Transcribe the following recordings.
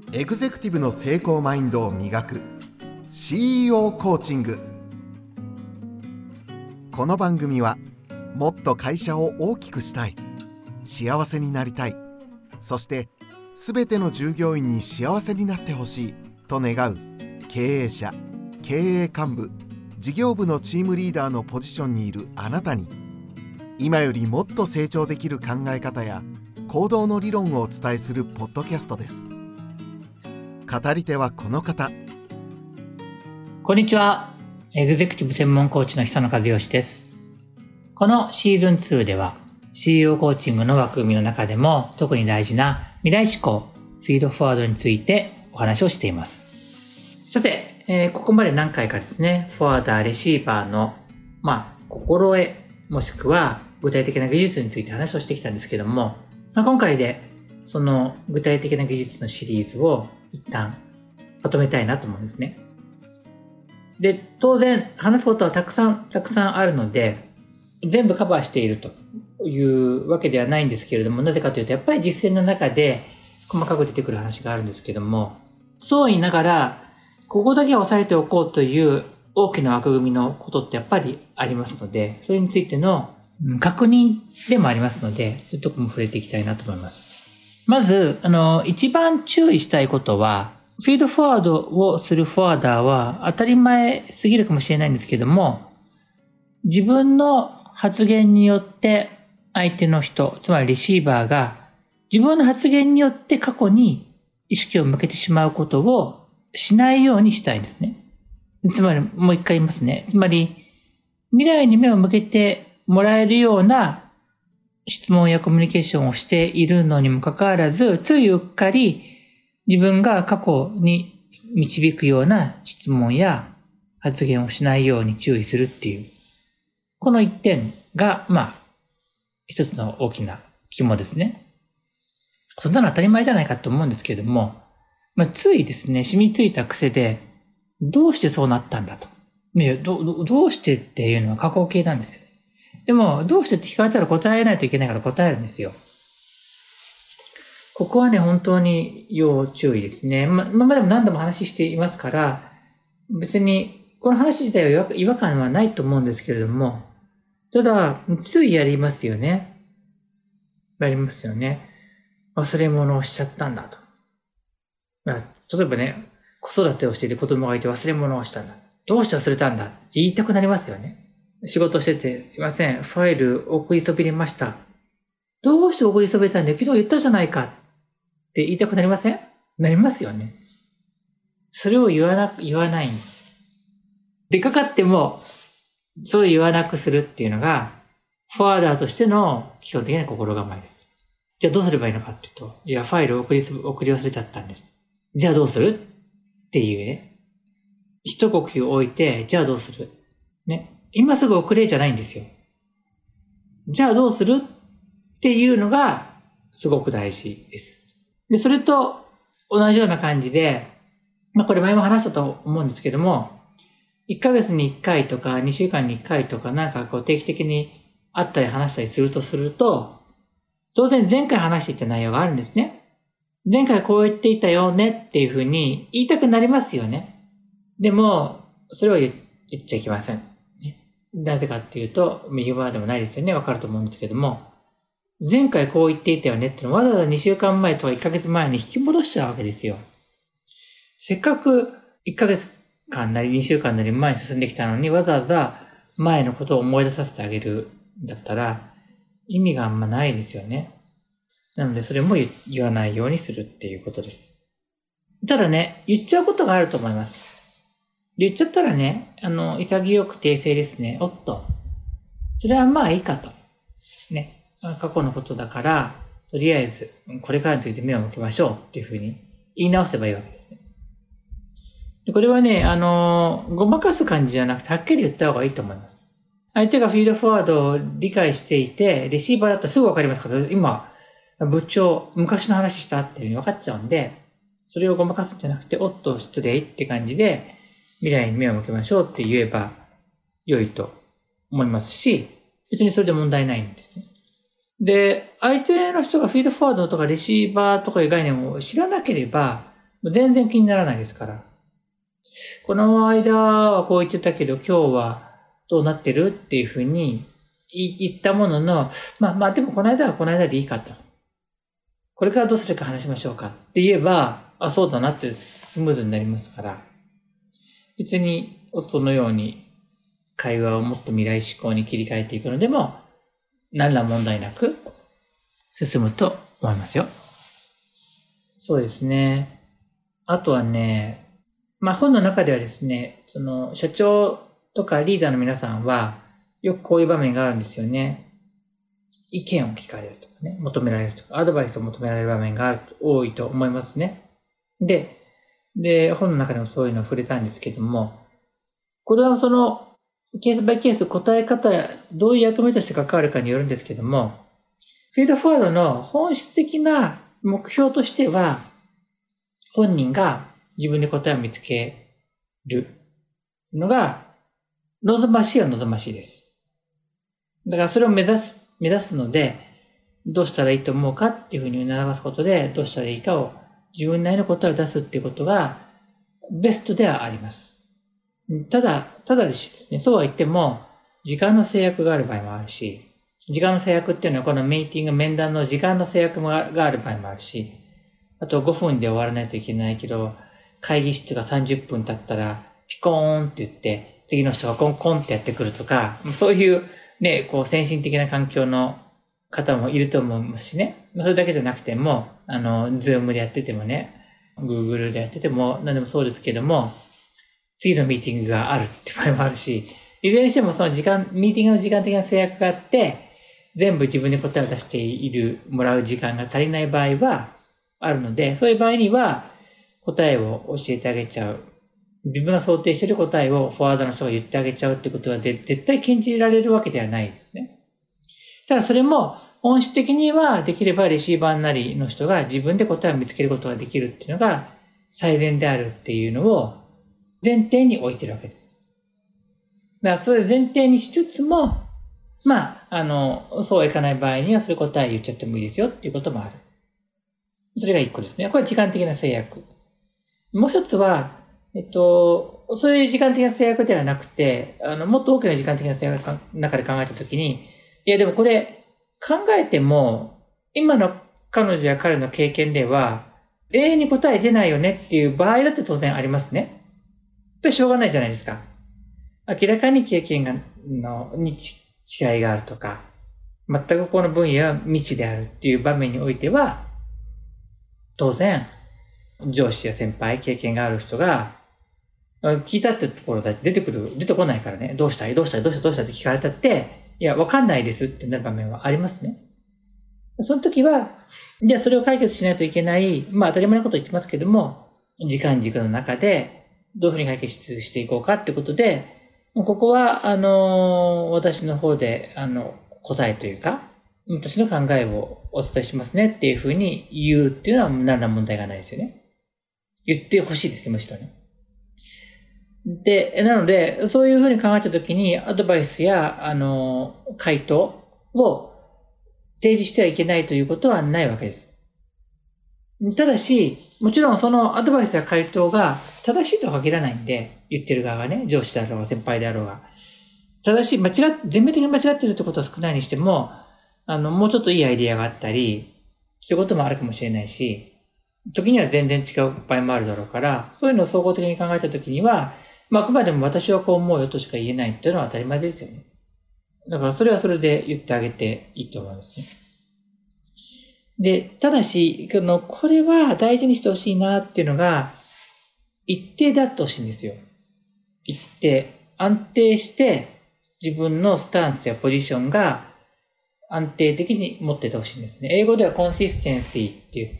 エグゼクティブの成功マインドを磨く CEO コーチング。この番組はもっと会社を大きくしたい、幸せになりたい、そして全ての従業員に幸せになってほしいと願う経営者、経営幹部、事業部のチームリーダーのポジションにいるあなたに、今よりもっと成長できる考え方や行動の理論をお伝えするポッドキャストです。語り手はこの方。 こんにちは。エグゼクティブ専門コーチの久野和義です。このシーズン2では CEO コーチングの枠組みの中でも特に大事な未来思考、フィードフォワードについてお話をしています。さて、ここまで何回かですね、フォワーダー、レシーバーの心得もしくは具体的な技術について話をしてきたんですけども、今回でその具体的な技術のシリーズを一旦まとめたいなと思うんですね。で、当然話すことはたくさんあるので、全部カバーしているというわけではないんですけれども、なぜかというとやっぱり実践の中で細かく出てくる話があるんですけども、そう言いながらここだけは押さえておこうという大きな枠組みのことってやっぱりありますので、それについての確認でもありますので、そういうところも触れていきたいなと思います。まず、一番注意したいことは、フィードフォワードをするフォワーダーは当たり前すぎるかもしれないんですけども、自分の発言によって相手の人、つまりレシーバーが自分の発言によって過去に意識を向けてしまうことをしないようにしたいんですね。つまり、もう一回言いますね。つまり、未来に目を向けてもらえるような質問やコミュニケーションをしているのにもかかわらず、ついうっかり自分が過去に導くような質問や発言をしないように注意するっていう、この一点が、一つの大きな肝ですね。そんなの当たり前じゃないかと思うんですけれども、ついですね、染みついた癖で、どうしてそうなったんだと。どうしてっていうのは過去形なんですよ。でも、どうしてって聞かれたら答えないといけないから答えるんですよ。ここはね、本当に要注意ですね。今までも何度も話していますから、別にこの話自体は違和感はないと思うんですけれども、ただ、ついやりますよね。やりますよね。忘れ物をしちゃったんだと。例えばね、子育てをしていて子供がいて忘れ物をしたんだ。どうして忘れたんだ言いたくなりますよね。仕事してて、すいません、ファイル送りそびれました。どうして送りそびれたんだよ、昨日言ったじゃないかって言いたくなりません？なりますよね。それを言わない。でかかっても、そう言わなくするっていうのが、フォワーダーとしての基本的な心構えです。じゃあどうすればいいのかっていうと、いや、ファイル送り忘れちゃったんです。じゃあどうするっていうね。一呼吸置いて、じゃあどうするね。今すぐ送れじゃないんですよ。じゃあどうするっていうのがすごく大事です。で、それと同じような感じで、これ前も話したと思うんですけども、1ヶ月に1回とか2週間に1回とか定期的に会ったり話したりすると、当然前回話していた内容があるんですね。前回こう言っていたよねっていうふうに言いたくなりますよね。でも、それを言っちゃいけません。なぜかっていうと、言うまでもないですよね。わかると思うんですけども、前回こう言っていたよねってのはわざわざ2週間前とか1ヶ月前に引き戻しちゃうわけですよ。せっかく1ヶ月間なり2週間なり前に進んできたのにわざわざ前のことを思い出させてあげるんだったら意味があんまないですよね。なのでそれも言わないようにするっていうことです。ただね、言っちゃうことがあると思います。言っちゃったらね、潔く訂正ですね。おっと。それはいいかと。ね。過去のことだから、とりあえず、これからについて目を向けましょうっていうふうに言い直せばいいわけですね。これはね、ごまかす感じじゃなくて、はっきり言った方がいいと思います。相手がフィードフォワードを理解していて、レシーバーだったらすぐわかりますから、今、部長、昔の話したっていうふうに分かっちゃうんで、それをごまかすんじゃなくて、おっと、失礼って感じで、未来に目を向けましょうって言えば良いと思いますし、別にそれで問題ないんですね。で、相手の人がフィードフォワードとかレシーバーとかいう概念を知らなければ、 全然気にならないですから。この間はこう言ってたけど、今日はどうなってるっていうふうに言ったものの、でもこの間はこの間でいいかと。これからどうするか話しましょうかって言えば、そうだなってスムーズになりますから。別にそのように会話をもっと未来志向に切り替えていくのでも、何ら問題なく進むと思いますよ。そうですね。あとはね、本の中ではですね、その社長とかリーダーの皆さんは、よくこういう場面があるんですよね。意見を聞かれるとかね、求められるとか、アドバイスを求められる場面が多いと思いますね。で、本の中でもそういうのを触れたんですけども、これはそのケースバイケース答え方やどういう役目として関わるかによるんですけども、フィードフォワードの本質的な目標としては、本人が自分で答えを見つけるのが望ましいは望ましいです。だからそれを目指すので、どうしたらいいと思うかっていうふうに促すことで、どうしたらいいかを自分なりの答えを出すっていうことがベストではあります。ただですね、そうは言っても、時間の制約がある場合もあるし、時間の制約っていうのはこのミーティング、面談の時間の制約がある場合もあるし、あと5分で終わらないといけないけど、会議室が30分経ったら、ピコーンって言って、次の人がコンコンってやってくるとか、そういうね、先進的な環境の方もいると思いますしね。それだけじゃなくても、ズームでやっててもね、Google でやってても、何でもそうですけども、次のミーティングがあるって場合もあるし、いずれにしてもそのミーティングの時間的な制約があって、全部自分で答えを出してもらう時間が足りない場合はあるので、そういう場合には答えを教えてあげちゃう。自分が想定している答えをフォワードの人が言ってあげちゃうってことは絶対禁じられるわけではないですね。ただそれも本質的にはできればレシーバーなりの人が自分で答えを見つけることができるっていうのが最善であるっていうのを前提に置いてるわけです。だからそれを前提にしつつも、そうはいかない場合にはそういう答え言っちゃってもいいですよっていうこともある。それが一個ですね。これは時間的な制約。もう一つは、そういう時間的な制約ではなくて、もっと大きな時間的な制約の中で考えたときに、いやでもこれ考えても、今の彼女や彼の経験では、永遠に答え出ないよねっていう場合だって当然ありますね。それしょうがないじゃないですか。明らかに経験に違いがあるとか、全くこの分野は未知であるっていう場面においては、当然、上司や先輩、経験がある人が、聞いたってところだって出てこないからね。どうしたって聞かれたって、いや、わかんないですってなる場面はありますね。その時は、じゃあそれを解決しないといけない、当たり前のこと言ってますけども、時間軸の中で、どういうふうに解決していこうかってことで、ここは、私の方で、答えというか、私の考えをお伝えしますねっていうふうに言うっていうのは何ら問題がないですよね。言ってほしいですよ、むしろね。で、なので、そういうふうに考えたときに、アドバイスや、回答を提示してはいけないということはないわけです。ただし、もちろんそのアドバイスや回答が正しいとは限らないんで、言ってる側がね、上司であろうが先輩であろうが。正しい、全面的に間違っているってことは少ないにしても、もうちょっといいアイディアがあったり、そういうこともあるかもしれないし、時には全然違う場合もあるだろうから、そういうのを総合的に考えたときには、あくまでも私はこう思うよとしか言えないっていうのは当たり前ですよね。だからそれはそれで言ってあげていいと思いますね。で、ただし、これは大事にしてほしいなっていうのが、一定であってほしいんですよ。一定。安定して、自分のスタンスやポジションが安定的に持っててほしいんですね。英語ではコンシステンシーって言って、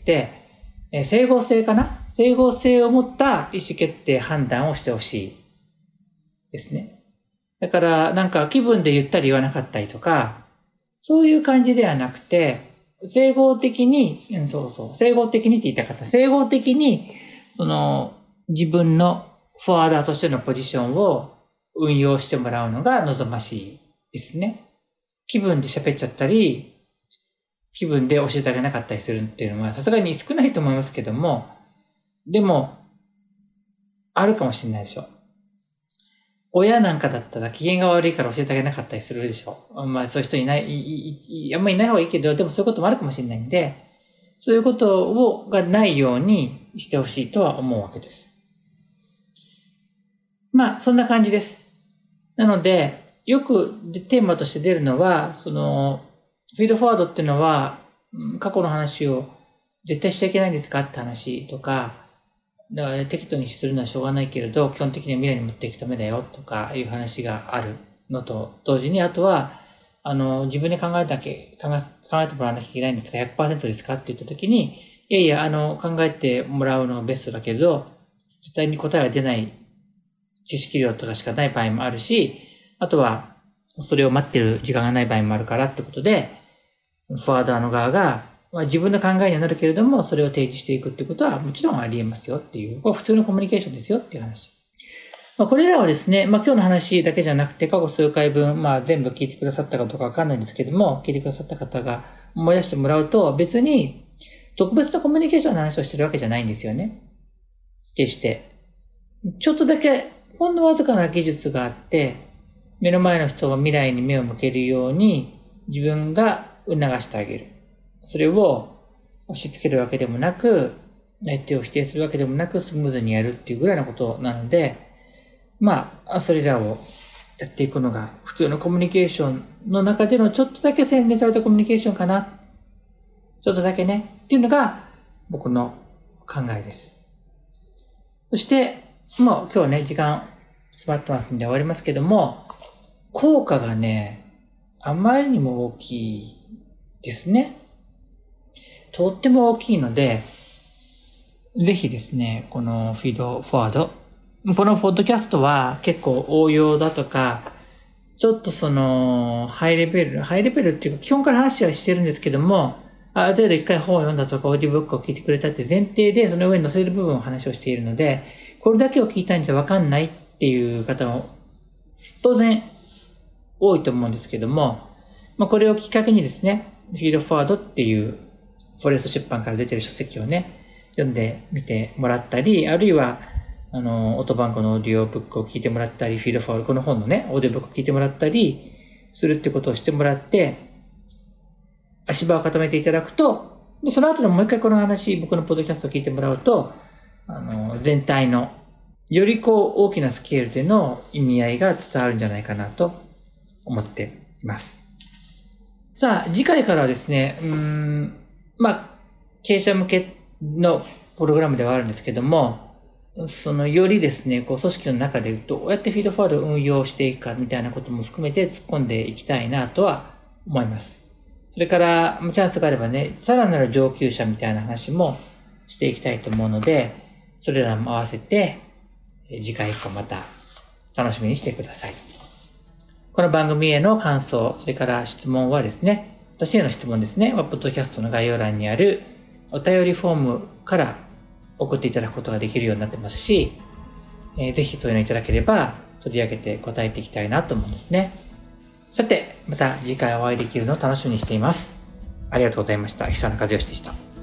整合性かな？整合性を持った意思決定、判断をしてほしいですね。だから気分で言ったり言わなかったりとか、そういう感じではなくて、整合的にって言いたかった。整合的に、自分のフォワーダーとしてのポジションを運用してもらうのが望ましいですね。気分で喋っちゃったり、気分で教えてあげなかったりするっていうのはさすがに少ないと思いますけども、 でも、あるかもしれないでしょ。親なんかだったら機嫌が悪いから教えてあげなかったりするでしょ。まあそういう人あんまりいない方がいいけど、でもそういうこともあるかもしれないんで、そういうことがないようにしてほしいとは思うわけです。まあそんな感じです。なので、よくテーマとして出るのは、フィードフォワードっていうのは、過去の話を絶対しちゃいけないんですかって話とか、だから適度にするのはしょうがないけれど、基本的には未来に持っていくためだよとかいう話があるのと同時に、あとは、自分で考えてもらわなきゃいけないんですか 100% ですかって言ったときに、いや、考えてもらうのがベストだけど、絶対に答えが出ない知識量とかしかない場合もあるし、あとは、それを待ってる時間がない場合もあるからってことで、フォワーダーの側が、自分の考えにはなるけれども、それを提示していくってことはもちろんあり得ますよっていう、これ普通のコミュニケーションですよっていう話。これらはですね、今日の話だけじゃなくて、過去数回分、全部聞いてくださったかどうかわかんないんですけども、聞いてくださった方が思い出してもらうと、別に特別なコミュニケーションの話をしてるわけじゃないんですよね。決して。ちょっとだけ、ほんのわずかな技術があって、目の前の人が未来に目を向けるように、自分が促してあげる。それを押し付けるわけでもなく、相手を否定するわけでもなく、スムーズにやるっていうぐらいのことなので、それらをやっていくのが普通のコミュニケーションの中でのちょっとだけ洗練されたコミュニケーションかな。ちょっとだけね。っていうのが僕の考えです。そして、もう今日ね、時間詰まってますんで終わりますけども、効果がね、あまりにも大きいですね。とっても大きいので、ぜひですね、このフィードフォワード、このポッドキャストは結構応用だとか、ちょっとハイレベルっていうか基本から話はしてるんですけども、ある程度一回本を読んだとかオーディオブックを聞いてくれたって前提でその上に載せる部分を話をしているので、これだけを聞いたんじゃわかんないっていう方も当然多いと思うんですけども、これをきっかけにですね、フィードフォワードっていうフォレスト出版から出てる書籍をね、読んでみてもらったり、あるいはオートバンクのオーディオブックを聞いてもらったり、フィードフォワード、この本のね、オーディオブックを聞いてもらったりするってことをしてもらって、足場を固めていただくと、でその後でもう一回この話、僕のポッドキャストを聞いてもらうと、全体の、より大きなスケールでの意味合いが伝わるんじゃないかなと思っています。さあ、次回からはですね、経営者向けのプログラムではあるんですけども、よりですね、組織の中でどうやってフィードフォワードを運用していくかみたいなことも含めて突っ込んでいきたいなとは思います。それから、チャンスがあればね、さらなる上級者みたいな話もしていきたいと思うので、それらも合わせて、次回以降また楽しみにしてください。この番組への感想、それから質問はですね、私への質問ですね、ポッドキャストの概要欄にあるお便りフォームから送っていただくことができるようになってますし、ぜひそういうのいただければ取り上げて答えていきたいなと思うんですね。さて、また次回お会いできるのを楽しみにしています。ありがとうございました。久野和義でした。